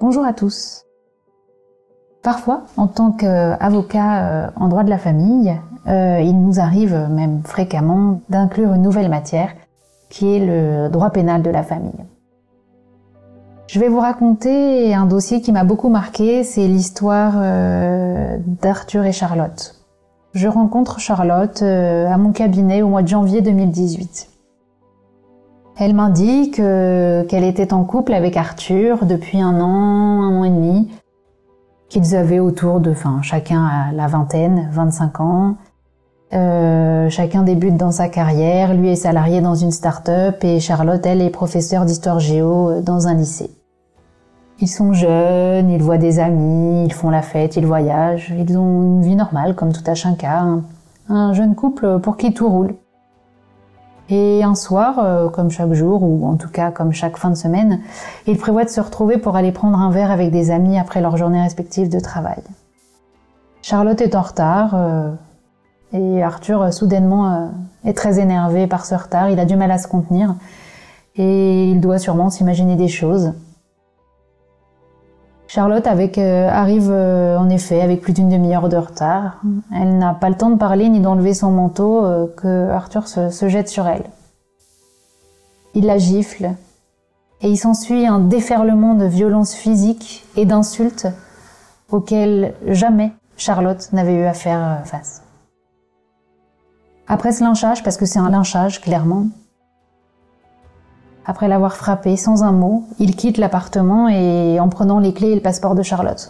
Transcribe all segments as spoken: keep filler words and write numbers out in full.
Bonjour à tous. Parfois, en tant qu'avocat en droit de la famille, euh, il nous arrive même fréquemment d'inclure une nouvelle matière qui est le droit pénal de la famille. Je vais vous raconter un dossier qui m'a beaucoup marqué, c'est l'histoire euh, d'Arthur et Charlotte. Je rencontre Charlotte euh, à mon cabinet au mois de janvier deux mille dix-huit. Elle m'indique euh, qu'elle était en couple avec Arthur depuis un an, un an et demi, qu'ils avaient autour de, enfin, chacun à la vingtaine, vingt-cinq ans. Euh, chacun débute dans sa carrière, lui est salarié dans une start-up et Charlotte, elle, est professeure d'histoire géo dans un lycée. Ils sont jeunes, ils voient des amis, ils font la fête, ils voyagent, ils ont une vie normale comme tout à chacun, un, un jeune couple pour qui tout roule. Et un soir, euh, comme chaque jour, ou en tout cas comme chaque fin de semaine, ils prévoient de se retrouver pour aller prendre un verre avec des amis après leur journée respective de travail. Charlotte est en retard, euh, et Arthur, euh, soudainement, euh, est très énervé par ce retard, il a du mal à se contenir, et il doit sûrement s'imaginer des choses. Charlotte avec, euh, arrive euh, en effet avec plus d'une demi-heure de retard. Elle n'a pas le temps de parler ni d'enlever son manteau euh, que Arthur se, se jette sur elle. Il la gifle et il s'ensuit un déferlement de violence physique et d'insultes auxquelles jamais Charlotte n'avait eu à faire face. Après ce lynchage, parce que c'est un lynchage clairement, après l'avoir frappé sans un mot, il quitte l'appartement et en prenant les clés et le passeport de Charlotte.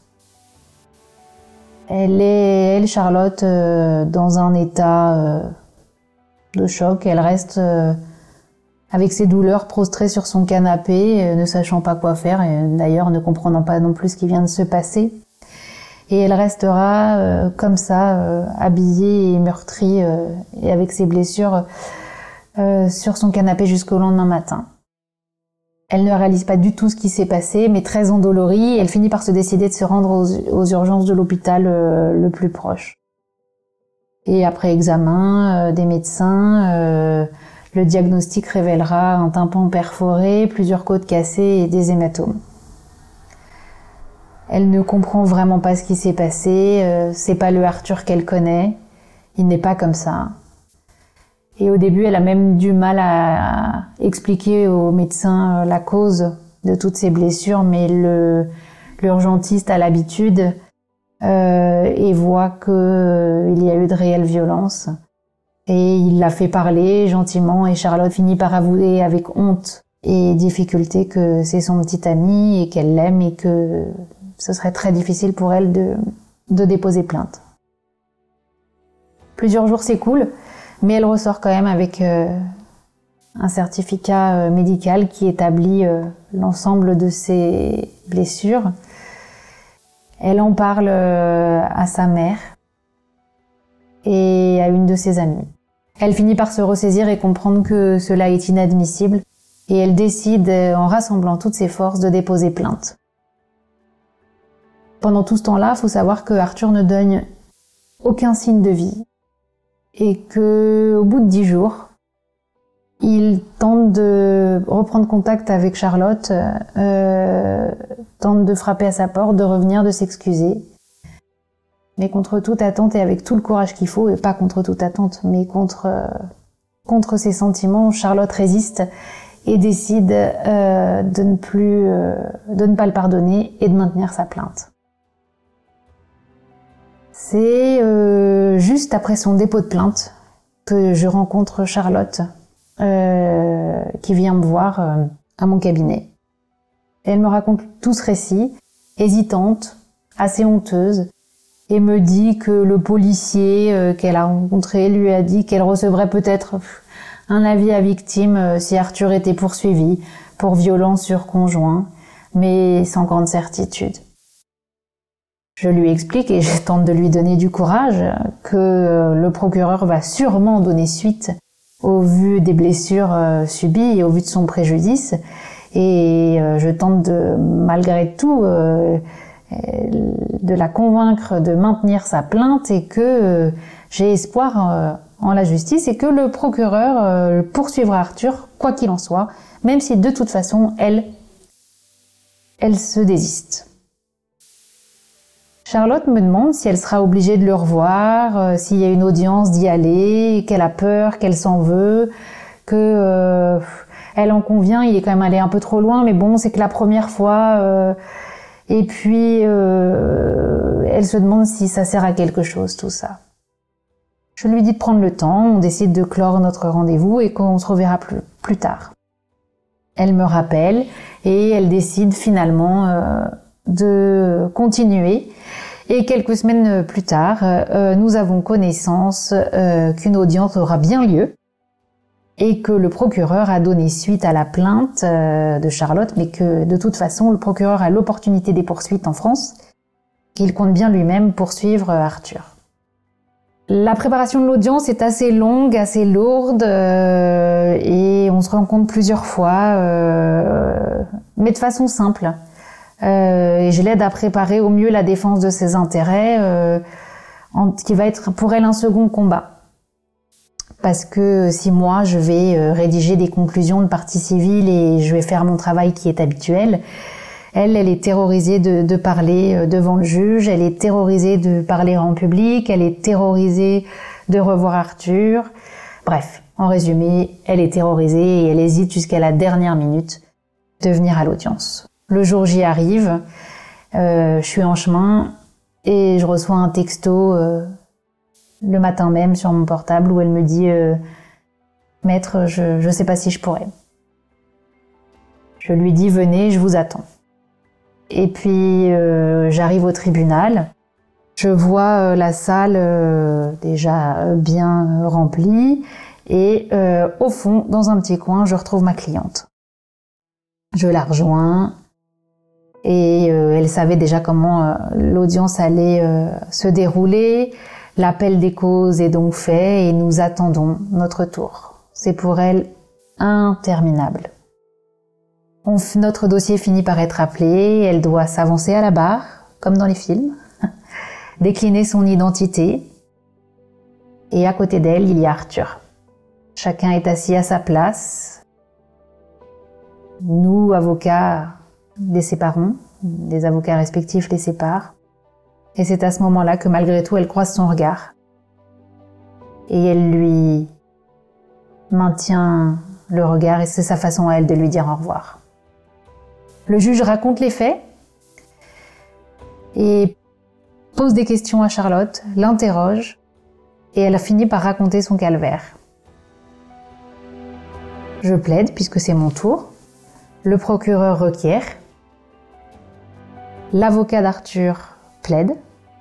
Elle est, elle, Charlotte, euh, dans un état euh, de choc. Elle reste euh, avec ses douleurs prostrée sur son canapé, euh, ne sachant pas quoi faire et d'ailleurs ne comprenant pas non plus ce qui vient de se passer. Et elle restera euh, comme ça, euh, habillée et meurtrie euh, et avec ses blessures Euh, sur son canapé jusqu'au lendemain matin. Elle ne réalise pas du tout ce qui s'est passé, mais très endolorie, elle finit par se décider de se rendre aux, aux urgences de l'hôpital euh, le plus proche. Et après examen euh, des médecins, euh, le diagnostic révélera un tympan perforé, plusieurs côtes cassées et des hématomes. Elle ne comprend vraiment pas ce qui s'est passé, euh, c'est pas le Arthur qu'elle connaît, il n'est pas comme ça. Et au début, elle a même du mal à expliquer aux médecins la cause de toutes ces blessures, mais le, l'urgentiste a l'habitude euh, et voit qu'il euh, y a eu de réelles violences. Et il la fait parler gentiment et Charlotte finit par avouer avec honte et difficulté que c'est son petit ami et qu'elle l'aime et que ce serait très difficile pour elle de, de déposer plainte. Plusieurs jours s'écoulent. Mais elle ressort quand même avec euh, un certificat euh, médical qui établit euh, l'ensemble de ses blessures. Elle en parle euh, à sa mère et à une de ses amies. Elle finit par se ressaisir et comprendre que cela est inadmissible et elle décide, en rassemblant toutes ses forces, de déposer plainte. Pendant tout ce temps-là, il faut savoir que Arthur ne donne aucun signe de vie. Et qu'au bout de dix jours, il tente de reprendre contact avec Charlotte, euh, tente de frapper à sa porte, de revenir, de s'excuser. Mais contre toute attente et avec tout le courage qu'il faut, et pas contre toute attente, mais contre, euh, contre ses sentiments, Charlotte résiste et décide euh, de ne plus, euh, de ne pas le pardonner et de maintenir sa plainte. C'est euh, juste après son dépôt de plainte que je rencontre Charlotte euh, qui vient me voir euh, à mon cabinet. Elle me raconte tout ce récit, hésitante, assez honteuse, et me dit que le policier euh, qu'elle a rencontré lui a dit qu'elle recevrait peut-être un avis à victime euh, si Arthur était poursuivi pour violence sur conjoint, mais sans grande certitude. Je lui explique et je tente de lui donner du courage que le procureur va sûrement donner suite au vu des blessures subies et au vu de son préjudice. Et je tente de, malgré tout, de la convaincre de maintenir sa plainte et que j'ai espoir en la justice et que le procureur poursuivra Arthur, quoi qu'il en soit, même si de toute façon, elle, elle se désiste. Charlotte me demande si elle sera obligée de le revoir, euh, s'il y a une audience d'y aller, qu'elle a peur, qu'elle s'en veut, que euh, elle en convient, il est quand même allé un peu trop loin, mais bon, c'est que la première fois. Euh, et puis, euh, elle se demande si ça sert à quelque chose, tout ça. Je lui dis de prendre le temps, on décide de clore notre rendez-vous et qu'on se reverra plus, plus tard. Elle me rappelle et elle décide finalement euh, de continuer. Et quelques semaines plus tard, euh, nous avons connaissance euh, qu'une audience aura bien lieu et que le procureur a donné suite à la plainte euh, de Charlotte, mais que de toute façon, le procureur a l'opportunité des poursuites en France, qu'il compte bien lui-même poursuivre Arthur. La préparation de l'audience est assez longue, assez lourde, euh, et on se rencontre plusieurs fois, euh, mais de façon simple. Euh, et je l'aide à préparer au mieux la défense de ses intérêts, euh, en, qui va être pour elle un second combat. Parce que si moi je vais euh, rédiger des conclusions de partie civile et je vais faire mon travail qui est habituel, elle, elle est terrorisée de, de parler devant le juge, elle est terrorisée de parler en public, elle est terrorisée de revoir Arthur. Bref, en résumé, elle est terrorisée et elle hésite jusqu'à la dernière minute de venir à l'audience. Le jour J arrive, euh, je suis en chemin et je reçois un texto euh, le matin même sur mon portable où elle me dit euh, « Maître, je ne sais pas si je pourrais ». Je lui dis « Venez, je vous attends ». Et puis euh, j'arrive au tribunal, je vois euh, la salle euh, déjà bien remplie et euh, au fond, dans un petit coin, je retrouve ma cliente. Je la rejoins et euh, elle savait déjà comment euh, l'audience allait euh, se dérouler. L'appel des causes est donc fait et nous attendons notre tour. C'est pour elle interminable. On, notre dossier finit par être appelé, elle doit s'avancer à la barre, comme dans les films, décliner son identité, et à côté d'elle, il y a Arthur. Chacun est assis à sa place. Nous, avocats, les séparons, les avocats respectifs les séparent, et c'est à ce moment-là que malgré tout, elle croise son regard, et elle lui maintient le regard, et c'est sa façon à elle de lui dire au revoir. Le juge raconte les faits et pose des questions à Charlotte, l'interroge et elle a fini par raconter son calvaire. Je plaide puisque c'est mon tour. Le procureur requiert. L'avocat d'Arthur plaide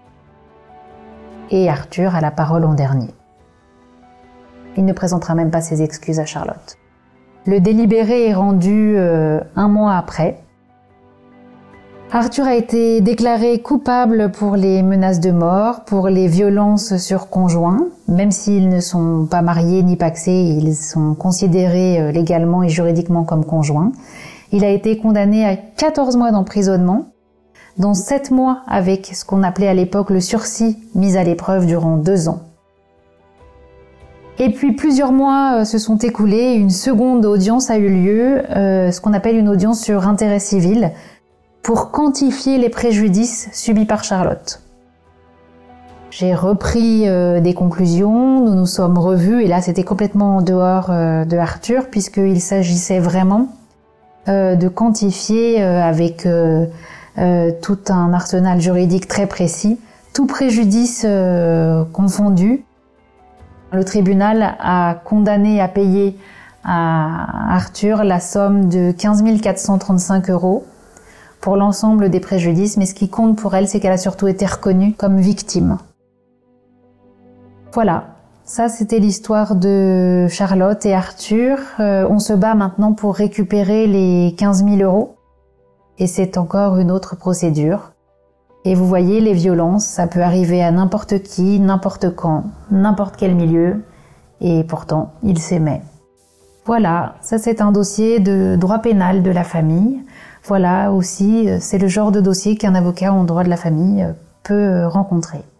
et Arthur a la parole en dernier. Il ne présentera même pas ses excuses à Charlotte. Le délibéré est rendu euh, un mois après. Arthur a été déclaré coupable pour les menaces de mort, pour les violences sur conjoints, même s'ils ne sont pas mariés ni pacsés, ils sont considérés légalement et juridiquement comme conjoints. Il a été condamné à quatorze mois d'emprisonnement, dont sept mois avec ce qu'on appelait à l'époque le sursis mis à l'épreuve durant deux ans. Et puis plusieurs mois se sont écoulés, une seconde audience a eu lieu, euh, ce qu'on appelle une audience sur intérêt civil, pour quantifier les préjudices subis par Charlotte. J'ai repris euh, des conclusions, nous nous sommes revus, et là c'était complètement en dehors euh, de Arthur, puisqu'il s'agissait vraiment euh, de quantifier euh, avec euh, euh, tout un arsenal juridique très précis, tout préjudice euh, confondu. Le tribunal a condamné à payer à Arthur la somme de quinze mille quatre cent trente-cinq euros pour l'ensemble des préjudices, mais ce qui compte pour elle, c'est qu'elle a surtout été reconnue comme victime. Voilà, ça c'était l'histoire de Charlotte et Arthur. Euh, on se bat maintenant pour récupérer les quinze mille euros, et c'est encore une autre procédure. Et vous voyez, les violences, ça peut arriver à n'importe qui, n'importe quand, n'importe quel milieu, et pourtant, ils s'aimaient. Voilà, ça c'est un dossier de droit pénal de la famille. Voilà aussi, c'est le genre de dossier qu'un avocat en droit de la famille peut rencontrer.